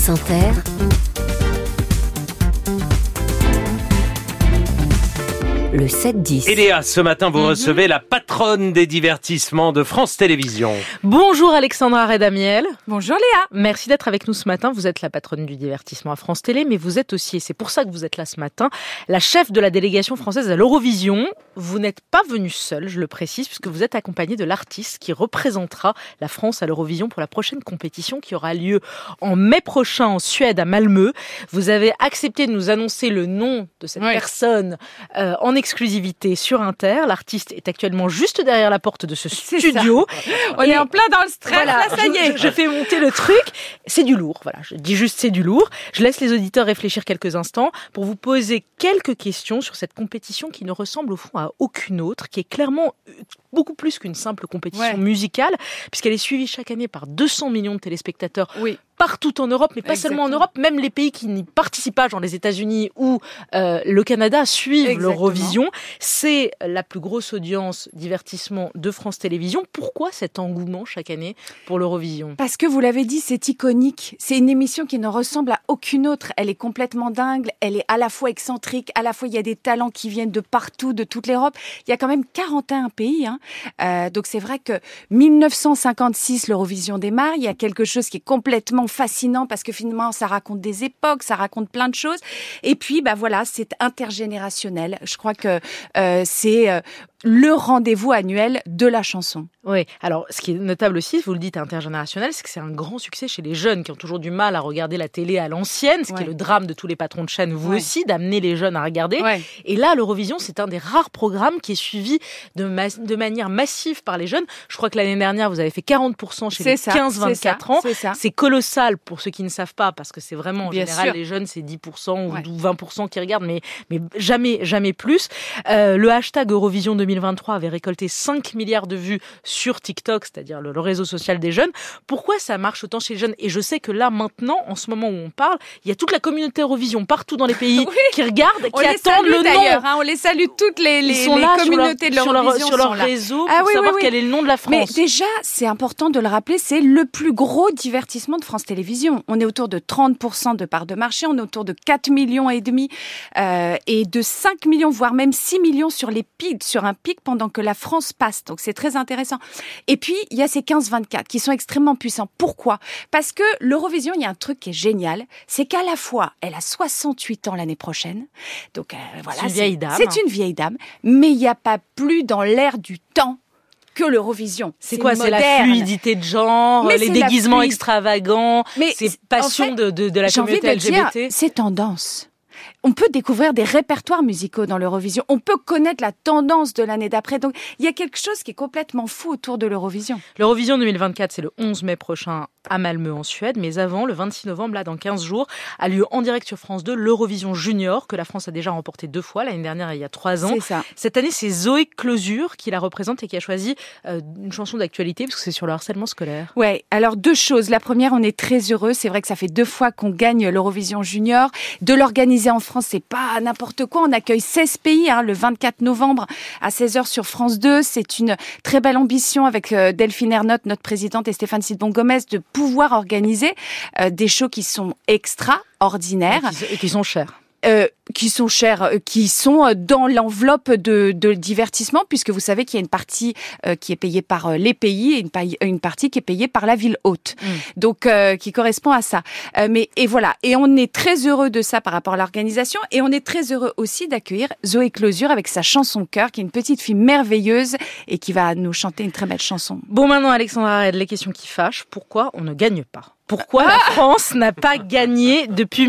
France Inter, le 7-10. Et Léa, ce matin, vous recevez la patronne des divertissements de France Télévisions. Bonjour Alexandra Redamiel. Bonjour Léa. Merci d'être avec nous ce matin. Vous êtes la patronne du divertissement à France Télé, mais vous êtes aussi, et c'est pour ça que vous êtes là ce matin, la chef de la délégation française à l'Eurovision. Vous n'êtes pas venue seule, je le précise, puisque vous êtes accompagnée de l'artiste qui représentera la France à l'Eurovision pour la prochaine compétition qui aura lieu en mai prochain en Suède, à Malmö. Vous avez accepté de nous annoncer le nom de cette personne en exclusivité sur Inter. L'artiste est actuellement juste derrière la porte de ce studio. On est en plein dans le stress, voilà, là, ça y est. Je fais monter le truc. C'est du lourd, voilà. Je dis juste c'est du lourd. Je laisse les auditeurs réfléchir quelques instants pour vous poser quelques questions sur cette compétition qui ne ressemble au fond à aucune autre, qui est clairement beaucoup plus qu'une simple compétition musicale, puisqu'elle est suivie chaque année par 200 millions de téléspectateurs partout en Europe, mais pas seulement en Europe, même les pays qui n'y participent pas, genre les États-Unis ou le Canada, suivent l'Eurovision. C'est la plus grosse audience divertissement de France Télévisions. Pourquoi cet engouement chaque année pour l'Eurovision ? Parce que vous l'avez dit, c'est iconique. C'est une émission qui ne ressemble à aucune autre. Elle est complètement dingue, elle est à la fois excentrique, à la fois il y a des talents qui viennent de partout, de toute l'Europe. Il y a quand même 41 pays. Donc c'est vrai que 1956, l'Eurovision démarre. Il y a quelque chose qui est complètement fascinant parce que finalement, ça raconte des époques, ça raconte plein de choses. Et puis, voilà, c'est intergénérationnel. Je crois que c'est le rendez-vous annuel de la chanson. Oui, alors ce qui est notable aussi, vous le dites intergénérationnel, c'est que c'est un grand succès chez les jeunes qui ont toujours du mal à regarder la télé à l'ancienne, ce qui est le drame de tous les patrons de chaîne, vous aussi, d'amener les jeunes à regarder. Et là, l'Eurovision, c'est un des rares programmes qui est suivi de manière massive par les jeunes. Je crois que l'année dernière, vous avez fait 40% chez les 15-24 ans. C'est colossal pour ceux qui ne savent pas, parce que c'est vraiment, en général, les jeunes, c'est 10% ou 20% qui regardent, mais jamais plus. Le hashtag Eurovision 2023 avait récolté 5 milliards de vues sur TikTok, c'est-à-dire le réseau social des jeunes. Pourquoi ça marche autant chez les jeunes ? Et je sais que là, maintenant, en ce moment où on parle, il y a toute la communauté Eurovision partout dans les pays qui regardent, qui attendent le nom. On les salue toutes les communautés de l'Eurovision sur leur réseau pour savoir quel est le nom de la France. Mais déjà, c'est important de le rappeler, c'est le plus gros divertissement de France Télévisions. On est autour de 30% de part de marché, on est autour de 4,5 millions et de 5 millions, voire même 6 millions sur un pic pendant que la France passe. Donc c'est très intéressant. Et puis, il y a ces 15-24 qui sont extrêmement puissants. Pourquoi ? Parce que l'Eurovision, il y a un truc qui est génial, c'est qu'à la fois, elle a 68 ans l'année prochaine. Donc voilà, c'est une vieille dame. C'est une vieille dame, mais il n'y a pas plus dans l'air du temps que l'Eurovision. C'est quoi ? C'est la fluidité de genre, les déguisements extravagants, c'est passion de la communauté LGBT. C'est tendance. On peut découvrir des répertoires musicaux dans l'Eurovision. On peut connaître la tendance de l'année d'après. Donc, il y a quelque chose qui est complètement fou autour de l'Eurovision. L'Eurovision 2024, c'est le 11 mai prochain à Malmö, en Suède. Mais avant, le 26 novembre, là, dans 15 jours, a lieu en direct sur France 2 l'Eurovision Junior, que la France a déjà remporté 2 fois. L'année dernière, il y a 3 ans. C'est ça. Cette année, c'est Zoé Closure qui la représente et qui a choisi une chanson d'actualité, parce que c'est sur le harcèlement scolaire. Ouais, alors 2 choses. La première, on est très heureux. C'est vrai que ça fait 2 fois qu'on gagne l'Eurovision Junior. De l'organiser en France, c'est pas n'importe quoi. On accueille 16 pays le 24 novembre à 16h sur France 2. C'est une très belle ambition avec Delphine Ernotte, notre présidente, et Stéphane Sidbon-Gomez, de pouvoir organiser des shows qui sont extraordinaires. Et qui sont chers. Qui sont dans l'enveloppe de divertissement, puisque vous savez qu'il y a une partie qui est payée par les pays et une partie qui est payée par la ville hôte. Donc, qui correspond à ça. Et voilà. Et on est très heureux de ça par rapport à l'organisation, et on est très heureux aussi d'accueillir Zoé Closure avec sa chanson cœur, qui est une petite fille merveilleuse et qui va nous chanter une très belle chanson. Bon, maintenant, Alexandra, les questions qui fâchent. Pourquoi on ne gagne pas ? Pourquoi la France n'a pas gagné depuis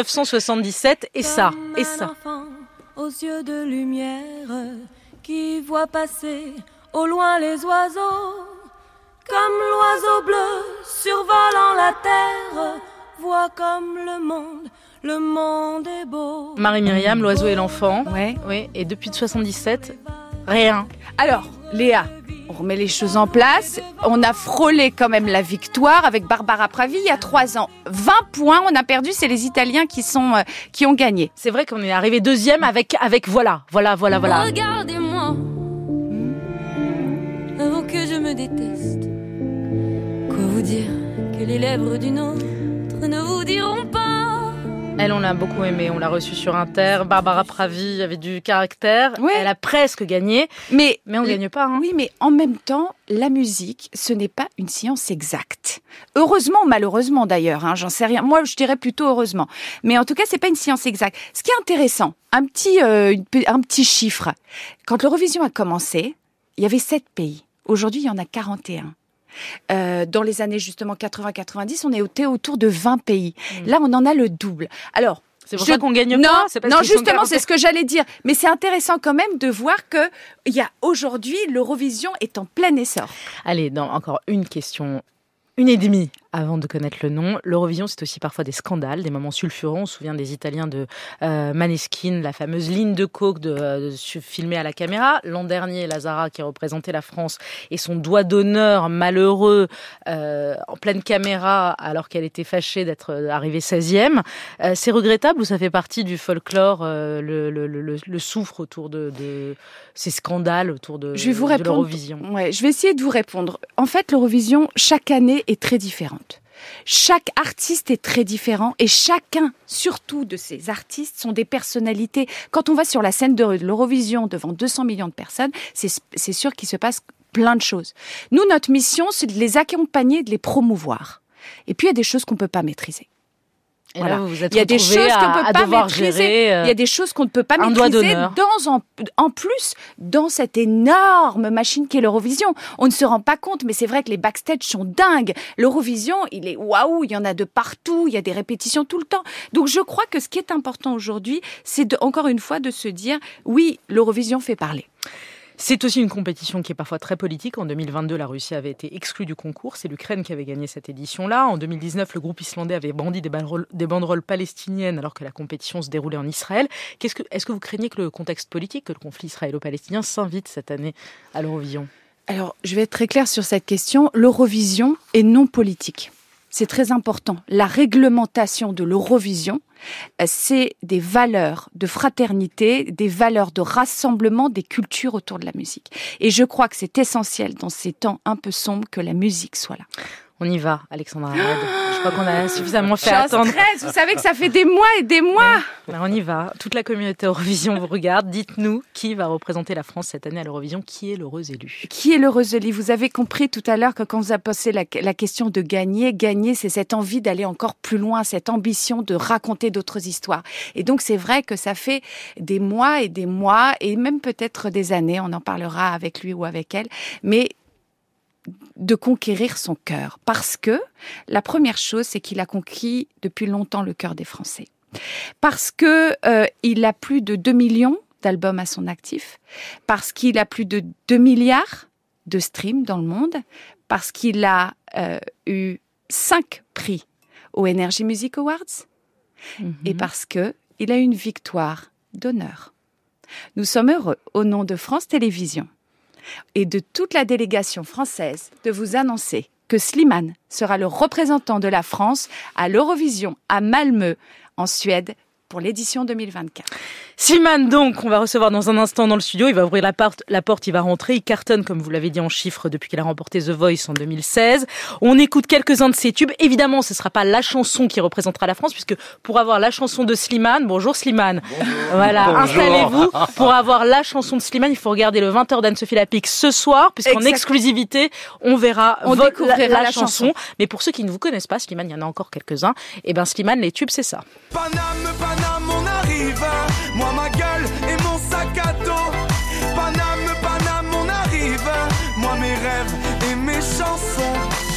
1977 et ça. Enfant aux yeux de lumière qui voit passer au loin les oiseaux, comme l'oiseau bleu survolant la terre, voit comme le monde est beau. Marie-Myriam, l'oiseau et l'enfant. Oui. Et depuis 77, rien. Alors, Léa, on remet les choses en place. On a frôlé quand même la victoire avec Barbara Pravi il y a 3 ans. 20 points, on a perdu, c'est les Italiens qui ont gagné. C'est vrai qu'on est arrivé 2e avec voilà. Regardez-moi, oh que je me déteste. Quoi vous dire que les lèvres d'une autre ne vous diront pas. Elle, on l'a beaucoup aimée, on l'a reçue sur Inter. Barbara Pravi avait du caractère. Ouais. Elle a presque gagné, mais on ne gagne pas. Hein. Oui, mais en même temps, la musique, ce n'est pas une science exacte. Heureusement ou malheureusement d'ailleurs, j'en sais rien. Moi, je dirais plutôt heureusement. Mais en tout cas, c'est pas une science exacte. Ce qui est intéressant, un petit chiffre. Quand l'Eurovision a commencé, il y avait 7 pays. Aujourd'hui, il y en a 41. Dans les années justement 80-90, on était autour de 20 pays. Là, on en a le double. Alors, c'est pour ça qu'on gagne pas. Non, justement, c'est ce que j'allais dire. Mais c'est intéressant quand même de voir que il y a aujourd'hui l'Eurovision est en plein essor. Allez, encore une question, une et demie avant de connaître le nom. L'Eurovision, c'est aussi parfois des scandales, des moments sulfureux. On se souvient des Italiens de Maneskin, la fameuse ligne de coke filmée à la caméra. L'an dernier, Lazara, qui représentait la France, et son doigt d'honneur malheureux en pleine caméra, alors qu'elle était fâchée d'être arrivée 16e. C'est regrettable ou ça fait partie du folklore, le souffre autour de ces scandales autour de l'Eurovision? Ouais, je vais essayer de vous répondre. En fait, l'Eurovision, chaque année, est très différente. Chaque artiste est très différent et chacun, surtout de ces artistes, sont des personnalités. Quand on va sur la scène de l'Eurovision devant 200 millions de personnes, c'est sûr qu'il se passe plein de choses. Nous, notre mission, c'est de les accompagner, de les promouvoir. Et puis, il y a des choses qu'on ne peut pas maîtriser. Et voilà. Là, vous vous êtes il y a des choses qu'on ne peut pas maîtriser. Il y a des choses qu'on ne peut pas maîtriser en plus dans cette énorme machine qu'est l'Eurovision. On ne se rend pas compte, mais c'est vrai que les backstage sont dingues. L'Eurovision, il est waouh, il y en a de partout, il y a des répétitions tout le temps. Donc je crois que ce qui est important aujourd'hui, c'est encore une fois de se dire, oui, l'Eurovision fait parler. C'est aussi une compétition qui est parfois très politique. En 2022, la Russie avait été exclue du concours. C'est l'Ukraine qui avait gagné cette édition-là. En 2019, le groupe islandais avait brandi des banderoles palestiniennes alors que la compétition se déroulait en Israël. Est-ce que vous craignez que le contexte politique, que le conflit israélo-palestinien s'invite cette année à l'Eurovision ? Alors, je vais être très claire sur cette question. L'Eurovision est non politique. C'est très important. La réglementation de l'Eurovision, c'est des valeurs de fraternité, des valeurs de rassemblement des cultures autour de la musique. Et je crois que c'est essentiel dans ces temps un peu sombres que la musique soit là. On y va, Alexandra Arad. Je crois qu'on a suffisamment fait attendre. Vous savez que ça fait des mois et des mois. Alors on y va. Toute la communauté Eurovision vous regarde. Dites-nous qui va représenter la France cette année à l'Eurovision. Qui est l'heureux élu ? Qui est l'heureux élu ? Vous avez compris tout à l'heure que quand vous avez posé la question de gagner, c'est cette envie d'aller encore plus loin, cette ambition de raconter d'autres histoires. Et donc c'est vrai que ça fait des mois et même peut-être des années, on en parlera avec lui ou avec elle, mais de conquérir son cœur. Parce que la première chose, c'est qu'il a conquis depuis longtemps le cœur des Français. Parce que il a plus de 2 millions d'albums à son actif. Parce qu'il a plus de 2 milliards de streams dans le monde. Parce qu'il a eu 5 prix aux Energy Music Awards. Et parce que il a eu une victoire d'honneur. Nous sommes heureux, au nom de France Télévisions et de toute la délégation française, de vous annoncer que Slimane sera le représentant de la France à l'Eurovision à Malmö, en Suède, pour l'édition 2024. Slimane, donc, on va recevoir dans un instant dans le studio. Il va ouvrir la porte, il va rentrer. Il cartonne, comme vous l'avez dit, en chiffres depuis qu'il a remporté The Voice en 2016. On écoute quelques-uns de ses tubes. Évidemment, ce ne sera pas la chanson qui représentera la France, puisque pour avoir la chanson de Slimane, bonjour Slimane. Bonjour. Voilà, bonjour. Installez-vous. Pour avoir la chanson de Slimane, il faut regarder le 20h d'Anne-Sophie Lapix ce soir, puisqu'en exclusivité, on découvrira la chanson. Mais pour ceux qui ne vous connaissent pas, Slimane, il y en a encore quelques-uns. Et ben Slimane, les tubes, c'est ça. Paname, on arrive. Moi, ma gueule et mon sac à dos. Paname, on arrive. Moi, mes rêves et mes chansons.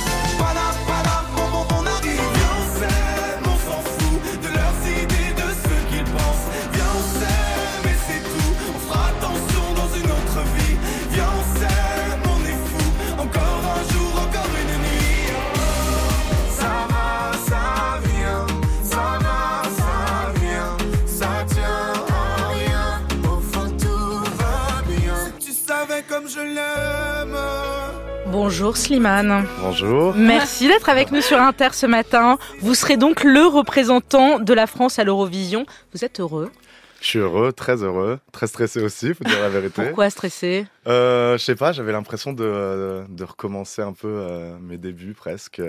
Paname, on arrive. Viens, on s'aime, on s'en fout de leurs idées, de ce qu'ils pensent. Viens, on s'aime et c'est tout. On fera attention dans une autre vie. Viens, on s'aime, on est fou. Encore un jour, encore une nuit. Ça va, ça vient. Ça va, ça vient. Ça tient en rien. Au fond, tout va bien. Si tu savais comme je l'aime. Bonjour Slimane. Bonjour. Merci d'être avec nous sur Inter ce matin. Vous serez donc le représentant de la France à l'Eurovision. Vous êtes heureux ? Je suis heureux, très stressé aussi, faut dire la vérité. Pourquoi stressé ? Je sais pas, j'avais l'impression de recommencer un peu mes débuts presque.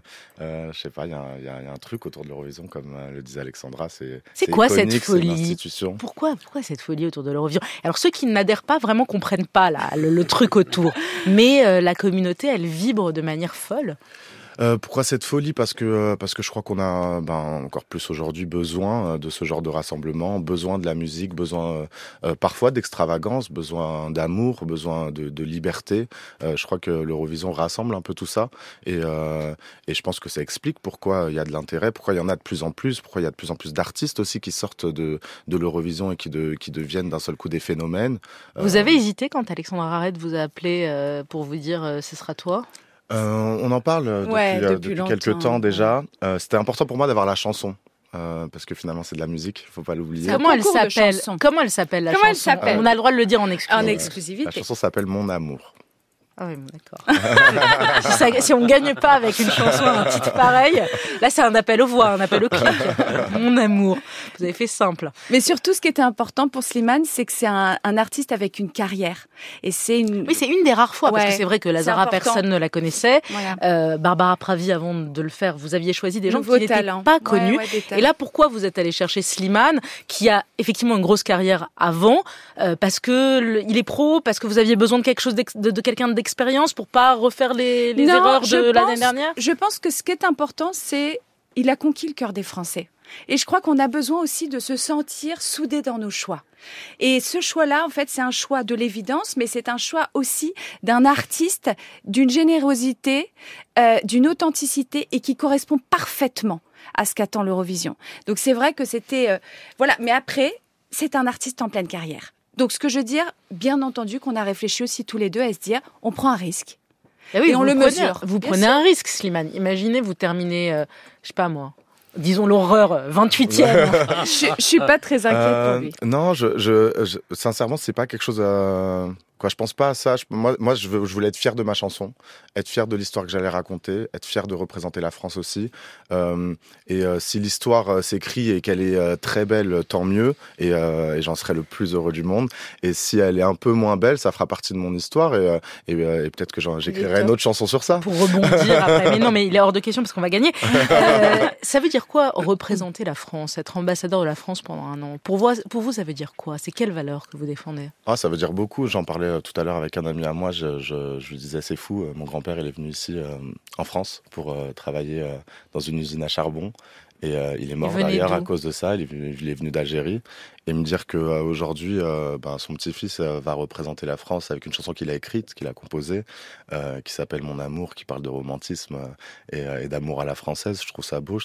Je sais pas, il y a un truc autour de l'Eurovision, comme le disait Alexandra, c'est quoi iconique, cette folie ? c'est une institution. Pourquoi cette folie autour de l'Eurovision ? Alors ceux qui n'adhèrent pas vraiment comprennent pas le truc autour, mais la communauté, elle vibre de manière folle. Pourquoi cette folie ? Parce que je crois qu'on a encore plus aujourd'hui besoin de ce genre de rassemblement, besoin de la musique, besoin parfois d'extravagance, besoin d'amour, besoin de liberté. Je crois que l'Eurovision rassemble un peu tout ça et je pense que ça explique pourquoi il y a de l'intérêt, pourquoi il y en a de plus en plus, pourquoi il y a de plus en plus d'artistes aussi qui sortent de l'Eurovision et qui deviennent d'un seul coup des phénomènes. Vous avez hésité quand Alexandra Rarette vous a appelé pour vous dire ce sera toi ? On en parle depuis quelques temps déjà. C'était important pour moi d'avoir la chanson. Parce que finalement c'est de la musique, faut pas l'oublier. Comment elle s'appelle la chanson ? On a le droit de le dire en exclusivité. La chanson s'appelle Mon amour. Ah oui, d'accord. Si on gagne pas avec une chanson, un titre pareil, là c'est un appel aux voix, un appel au clic. Mon amour. Vous avez fait simple. Mais surtout, ce qui était important pour Slimane, c'est que c'est un artiste avec une carrière. Et c'est une... Oui, c'est une des rares fois, parce que c'est vrai que Lazara, personne ne la connaissait. Voilà. Barbara Pravi, avant de le faire, vous aviez choisi des gens qui n'étaient pas connus. Et là, pourquoi vous êtes allé chercher Slimane, qui a effectivement une grosse carrière avant, parce que il est pro, parce que vous aviez besoin de quelque chose de quelqu'un d'expérience pour pas refaire les erreurs de l'année dernière ? Je pense que ce qui est important, c'est il a conquis le cœur des Français. Et je crois qu'on a besoin aussi de se sentir soudés dans nos choix. Et ce choix-là, en fait, c'est un choix de l'évidence, mais c'est un choix aussi d'un artiste, d'une générosité, d'une authenticité et qui correspond parfaitement à ce qu'attend l'Eurovision. Donc c'est vrai que c'était... voilà. Mais après, c'est un artiste en pleine carrière. Donc ce que je veux dire, bien entendu qu'on a réfléchi aussi tous les deux à se dire, on prend un risque. Et on le mesure. Vous prenez un risque, Slimane. Imaginez, vous terminez, je sais pas moi, disons l'horreur, 28e. Je suis pas très inquiète pour lui. Non, sincèrement, c'est pas quelque chose je pense pas à ça. Moi, je voulais être fier de ma chanson, être fier de l'histoire que j'allais raconter, être fier de représenter la France aussi. Si l'histoire s'écrit et qu'elle est très belle, tant mieux. Et j'en serai le plus heureux du monde. Et si elle est un peu moins belle, ça fera partie de mon histoire. Et peut-être que j'écrirai une autre chanson sur ça. Pour rebondir après. Mais non, mais il est hors de question parce qu'on va gagner. Ça veut dire quoi, représenter la France, être ambassadeur de la France pendant un an ? Pour vous, ça veut dire quoi ? C'est quelle valeur que vous défendez ? Ça veut dire beaucoup. J'en parlais tout à l'heure avec un ami à moi, je lui disais c'est fou, mon grand-père il est venu ici en France pour travailler dans une usine à charbon et il est mort d'ailleurs à cause de ça, il est venu d'Algérie et me dire qu'aujourd'hui son petit-fils va représenter la France avec une chanson qu'il a écrite, qu'il a composée, qui s'appelle Mon amour, qui parle de romantisme et d'amour à la française. Je trouve ça beau,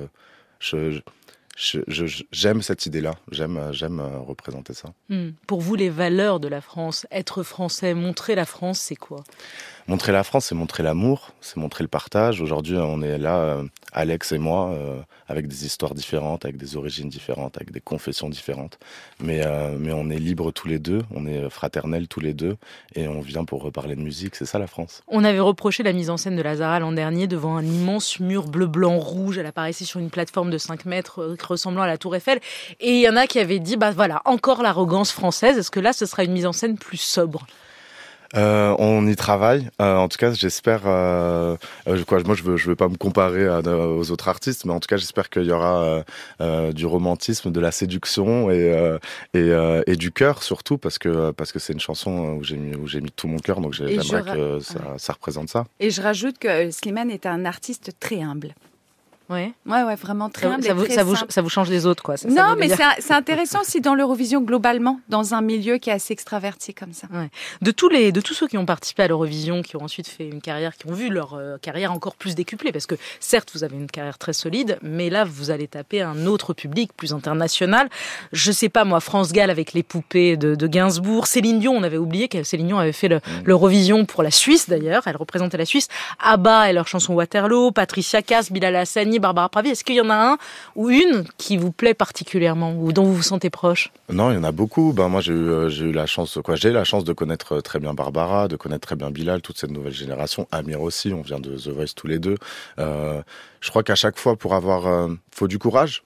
j'aime cette idée-là, j'aime représenter ça. Pour vous, les valeurs de la France, être français, montrer la France, c'est quoi ? Montrer la France, c'est montrer l'amour, c'est montrer le partage. Aujourd'hui, on est là, Alex et moi, avec des histoires différentes, avec des origines différentes, avec des confessions différentes. Mais on est libres tous les deux, on est fraternels tous les deux, et on vient pour reparler de musique, c'est ça la France. On avait reproché la mise en scène de Lazara l'an dernier devant un immense mur bleu, blanc, rouge. Elle apparaissait sur une plateforme de 5 mètres ressemblant à la Tour Eiffel. Et il y en a qui avaient dit, voilà, encore l'arrogance française. Est-ce que là, ce sera une mise en scène plus sobre ? On y travaille. En tout cas, j'espère. Moi, je veux pas me comparer aux autres artistes, mais en tout cas, j'espère qu'il y aura du romantisme, de la séduction et du cœur surtout, parce que c'est une chanson où j'ai mis tout mon cœur, donc j'aimerais que ça représente ça. Et je rajoute que Slimane est un artiste très humble. Ouais, vraiment très humble. Ça vous change des autres, quoi. Non, mais c'est intéressant aussi dans l'Eurovision globalement, dans un milieu qui est assez extraverti comme ça. Ouais. De tous ceux qui ont participé à l'Eurovision, qui ont ensuite fait une carrière, qui ont vu leur carrière encore plus décuplée, parce que certes, vous avez une carrière très solide, mais là, vous allez taper un autre public plus international. Je sais pas, moi, France Gall avec les poupées de Gainsbourg, Céline Dion, on avait oublié que Céline Dion avait fait l'Eurovision pour la Suisse d'ailleurs, elle représentait la Suisse. ABBA et leur chanson Waterloo, Patricia Cass, Bilal Hassani, Barbara Pravi. Est-ce qu'il y en a un ou une qui vous plaît particulièrement ou dont vous vous sentez proche ? Non, il y en a beaucoup. Moi, j'ai eu la chance, j'ai la chance de connaître très bien Barbara, de connaître très bien Bilal, toute cette nouvelle génération. Amir aussi, on vient de The Voice tous les deux. Je crois qu'à chaque fois, pour avoir, faut du courage.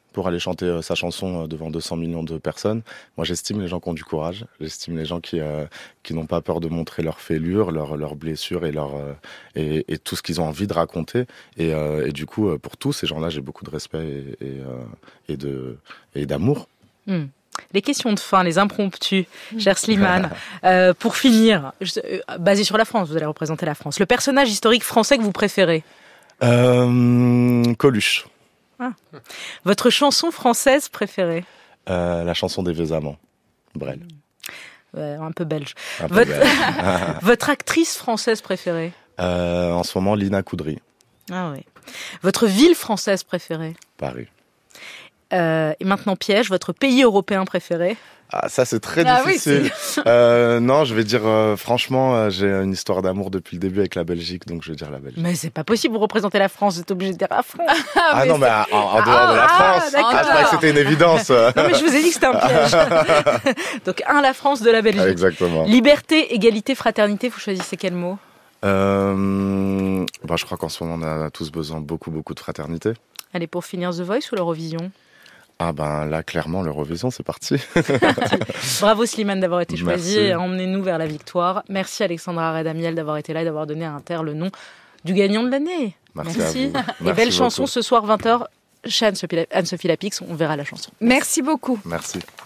pour aller chanter sa chanson devant 200 millions de personnes. Moi, j'estime les gens qui ont du courage. J'estime les gens qui n'ont pas peur de montrer leurs fêlures, leurs blessures et tout ce qu'ils ont envie de raconter. Et du coup, pour tous ces gens-là, j'ai beaucoup de respect et d'amour. Les questions de fin, les impromptus, cher Slimane. Pour finir, basé sur la France, vous allez représenter la France. Le personnage historique français que vous préférez? Coluche. Votre chanson française préférée? La chanson des Vieux Amants, Brel. Un peu belge. Belge. Votre actrice française préférée? En ce moment, Lina Coudry. Ah oui. Votre ville française préférée? Paris. Et maintenant, piège, votre pays européen préféré? Ah, ça c'est très difficile. Oui, non, je vais dire franchement, j'ai une histoire d'amour depuis le début avec la Belgique, donc je vais dire la Belgique. Mais c'est pas possible, vous représentez la France, vous êtes obligé de dire la France. Ah non, mais en dehors de la France. Je croyais que c'était une évidence. Non, mais je vous ai dit que c'était un piège. Donc la France, de la Belgique. Exactement. Liberté, égalité, fraternité, vous choisissez quel mot? Je crois qu'en ce moment, on a tous besoin beaucoup de fraternité. Allez, pour finir, The Voice ou l'Eurovision? Ah là, clairement, l'Eurovision, c'est parti. Bravo Slimane d'avoir été choisi. Merci. Emmenez-nous vers la victoire. Merci Alexandra Redamiel d'avoir été là et d'avoir donné à Inter le nom du gagnant de l'année. Merci. À vous. Et Merci belle beaucoup. chanson ce soir 20h chez Anne-Sophie Lapix. On verra la chanson. Merci beaucoup. Merci.